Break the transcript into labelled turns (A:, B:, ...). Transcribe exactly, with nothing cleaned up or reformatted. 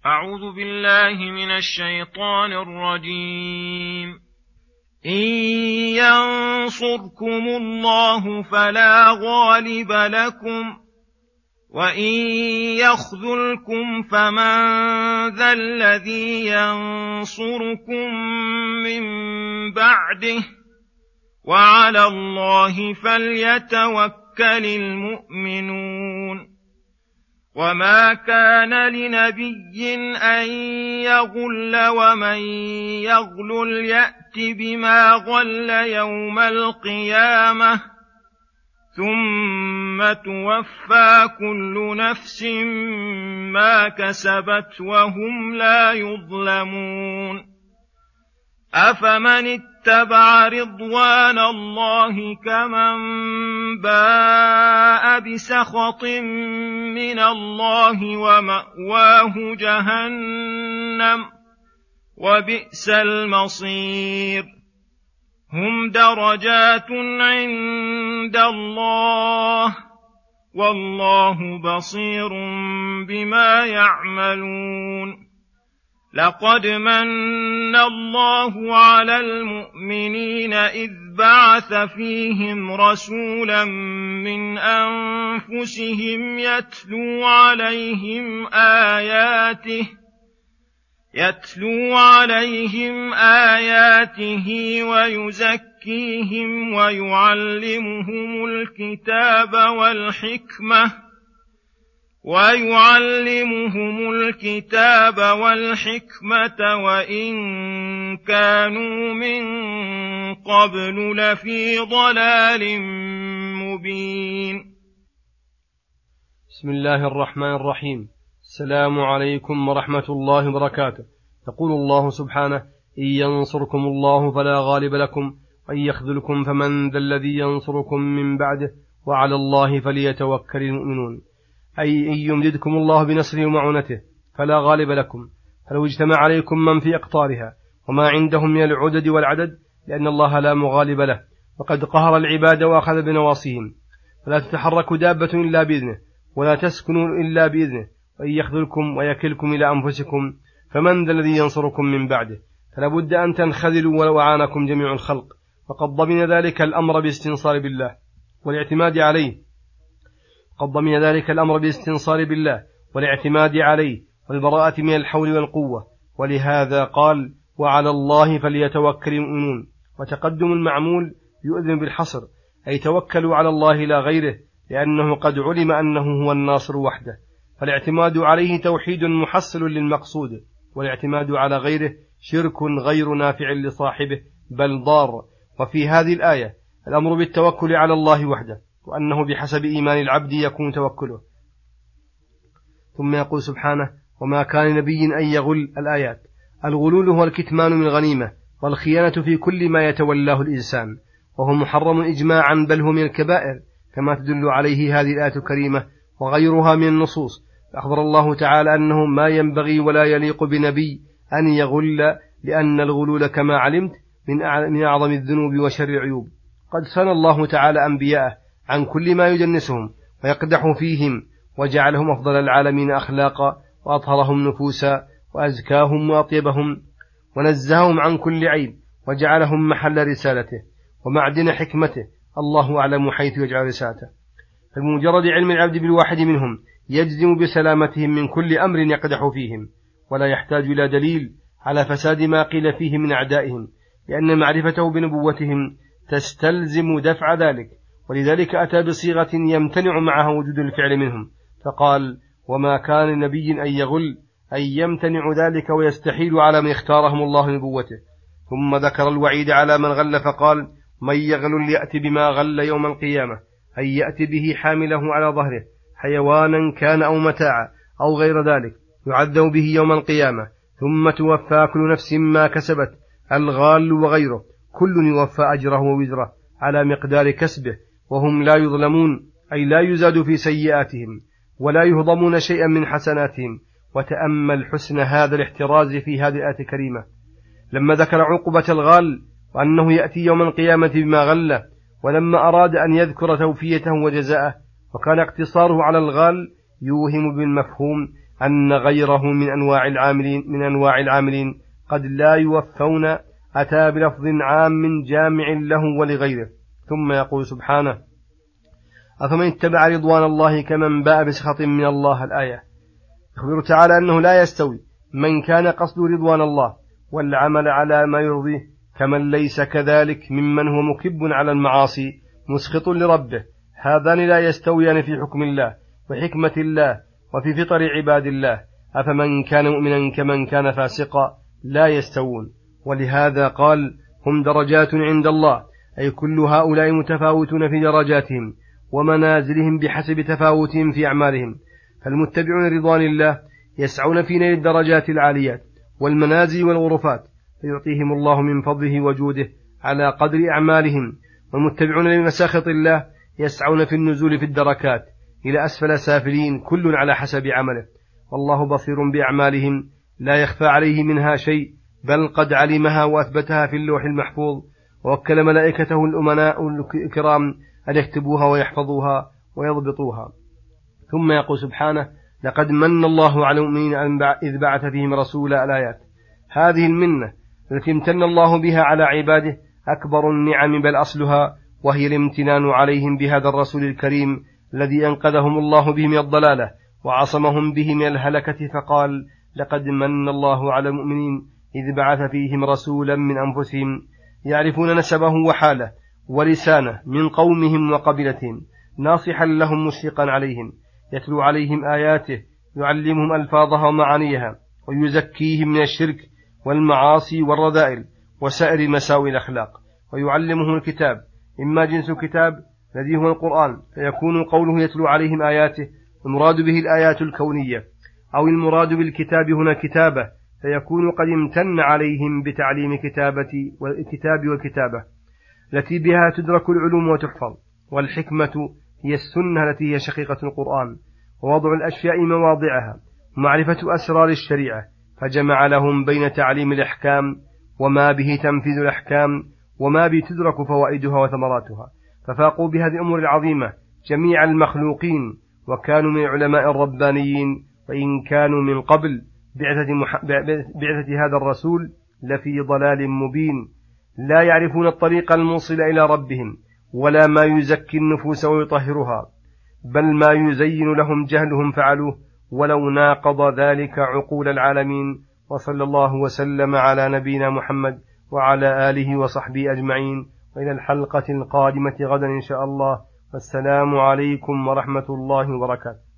A: أعوذ بالله من الشيطان الرجيم. إن ينصركم الله فلا غالب لكم وإن يخذلكم فمن ذا الذي ينصركم من بعده وعلى الله فليتوكل المؤمنون. وما كان لنبي أن يغل ومن يغلل يأت بما غل يوم القيامة ثم توفى كل نفس ما كسبت وهم لا يظلمون. أفمن اتبع رضوان الله كمن باء بسخط من الله ومأواه جهنم وبئس المصير. هم درجات عند الله والله بصير بما يعملون. لقد من الله على المؤمنين إذ بعث فيهم رسولا من أنفسهم يتلو عليهم آياته يتلو عليهم آياته ويزكيهم ويعلمهم الكتاب والحكمة ويعلمهم الكتاب والحكمة وإن كانوا من قبل لفي ضلال مبين.
B: بسم الله الرحمن الرحيم. السلام عليكم ورحمة الله وبركاته. يقول الله سبحانه: إن ينصركم الله فلا غالب لكم وإن يخذلكم فمن ذا الذي ينصركم من بعده وعلى الله فليتوكل المؤمنون. أي إن يمددكم الله بنصره ومعونته فلا غالب لكم، فلو اجتمع عليكم من في أقطارها وما عندهم من العدد والعدد، لأن الله لا مغالب له، وقد قهر العباد وأخذ بنواصيهم، فلا تتحرك دابة إلا بإذنه ولا تسكنوا إلا بإذنه، وإن يخذلكم ويكلكم إلى أنفسكم فمن ذا الذي ينصركم من بعده، فلا بد أن تنخذلوا ولو أعانكم جميع الخلق، فقد ضمن ذلك الأمر باستنصار بالله والاعتماد عليه قد ضمن ذلك الأمر بالاستنصار بالله والاعتماد عليه والبراءة من الحول والقوة، ولهذا قال: وعلى الله فليتوكل المؤمنون. وتقدم المعمول يؤذن بالحصر، أي توكلوا على الله لا غيره، لأنه قد علم أنه هو الناصر وحده، فالاعتماد عليه توحيد محصل للمقصود، والاعتماد على غيره شرك غير نافع لصاحبه بل ضار. وفي هذه الآية الأمر بالتوكل على الله وحده، وأنه بحسب إيمان العبد يكون توكله. ثم يقول سبحانه: وما كان نبي أن يغل. الآيات. الغلول هو الكتمان من الغنيمة والخيانة في كل ما يتولاه الإنسان، وهو محرم إجماعا، بل هو من الكبائر، كما تدل عليه هذه الآية الكريمة وغيرها من النصوص. أخبر الله تعالى أنه ما ينبغي ولا يليق بنبي أن يغل، لأن الغلول كما علمت من أعظم الذنوب وشر العيوب. قد ثنى الله تعالى أنبياءه عن كل ما يجنسهم ويقدح فيهم، وجعلهم أفضل العالمين أخلاقا وأطهرهم نفوسا وأزكاهم وأطيبهم، ونزههم عن كل عيب، وجعلهم محل رسالته ومعدن حكمته. الله أعلم حيث يجعل رسالته. فبمجرد علم العبد بالواحد منهم يجزم بسلامتهم من كل أمر يقدح فيهم، ولا يحتاج إلى دليل على فساد ما قيل فيه من أعدائهم، لأن معرفته بنبوتهم تستلزم دفع ذلك، ولذلك أتى بصيغة يمتنع معها وجود الفعل منهم، فقال: وما كان نبي أن يغل، أي يمتنع ذلك ويستحيل على من اختارهم الله نبوته. ثم ذكر الوعيد على من غل فقال: من يغل يأتي بما غل يوم القيامة، أي يأتي به حامله على ظهره، حيوانا كان أو متاعا أو غير ذلك، يعذب به يوم القيامة، ثم توفى كل نفس ما كسبت، الغال وغيره كل يوفى أجره ووزره على مقدار كسبه، وهم لا يظلمون، أي لا يزاد في سيئاتهم ولا يهضمون شيئا من حسناتهم. وتأمل حسن هذا الاحتراز في هذه الآية الكريمة، لما ذكر عقوبة الغال وأنه يأتي يوم القيامة بما غل، ولما أراد أن يذكر توفيته وجزاءه، وكان اقتصاره على الغال يوهم بالمفهوم أن غيره من أنواع العاملين من أنواع العاملين قد لا يوفون أتى بلفظ عام جامع له ولغيره. ثم يقول سبحانه: أفمن اتبع رضوان الله كمن باء بسخط من الله. الآية يخبر تعالى أنه لا يستوي من كان قصد رضوان الله والعمل على ما يرضيه كمن ليس كذلك ممن هو مكب على المعاصي مسخط لربه. هذان لا يستويان في حكم الله وحكمة الله وفي فطر عباد الله. أفمن كان مؤمنا كمن كان فاسقا لا يستوون. ولهذا قال: هم درجات عند الله، أي كل هؤلاء متفاوتون في درجاتهم ومنازلهم بحسب تفاوتهم في أعمالهم. فالمتبعون رضوان الله يسعون في نيل الدرجات العاليات والمنازل والغرفات، فيعطيهم الله من فضله وجوده على قدر أعمالهم. والمتبعون لمساخط الله يسعون في النزول في الدركات إلى أسفل سافلين، كل على حسب عمله، والله بصير بأعمالهم لا يخفى عليه منها شيء، بل قد علمها وأثبتها في اللوح المحفوظ، ووكل ملائكته الأمناء الكرام أن يكتبوها ويحفظوها ويضبطوها. ثم يقول سبحانه: لقد من الله على المؤمنين إذ بعث فيهم رسولا. الآيات. هذه المنة التي امتن الله بها على عباده أكبر النعم، بل أصلها، وهي الامتنان عليهم بهذا الرسول الكريم الذي أنقذهم الله به من الضلالة وعصمهم به من الهلكة. فقال: لقد من الله على المؤمنين إذ بعث فيهم رسولا من أنفسهم يعرفون نسبه وحاله ولسانه من قومهم وقبيلتهم، ناصحا لهم مشفقا عليهم، يتلو عليهم آياته، يعلمهم ألفاظها ومعانيها، ويزكيهم من الشرك والمعاصي والرذائل وسائر مساوئ الأخلاق، ويعلمهم الكتاب، إما جنس الكتاب الذي هو القرآن، فيكون قوله يتلو عليهم آياته المراد به الآيات الكونية، أو المراد بالكتاب هنا كتابة، فيكون قد امتن عليهم بتعليم كتابة والكتاب والكتابة التي بها تدرك العلوم وتحفظ. والحكمة هي السنة التي هي شقيقة القرآن، ووضع الأشياء مواضعها، معرفة أسرار الشريعة، فجمع لهم بين تعليم الأحكام وما به تنفيذ الأحكام وما به تدرك فوائدها وثمراتها، ففاقوا بهذه الأمور العظيمة جميع المخلوقين، وكانوا من العلماء الربانيين، وإن كانوا من قبل بعثة, مح... بعثة هذا الرسول لفي ضلال مبين، لا يعرفون الطريق الموصل إلى ربهم ولا ما يزكي النفوس ويطهرها، بل ما يزين لهم جهلهم فعلوه، ولو ناقض ذلك عقول العالمين. وصلى الله وسلم على نبينا محمد وعلى آله وصحبه أجمعين، وإلى الحلقة القادمة غدا إن شاء الله. والسلام عليكم ورحمة الله وبركاته.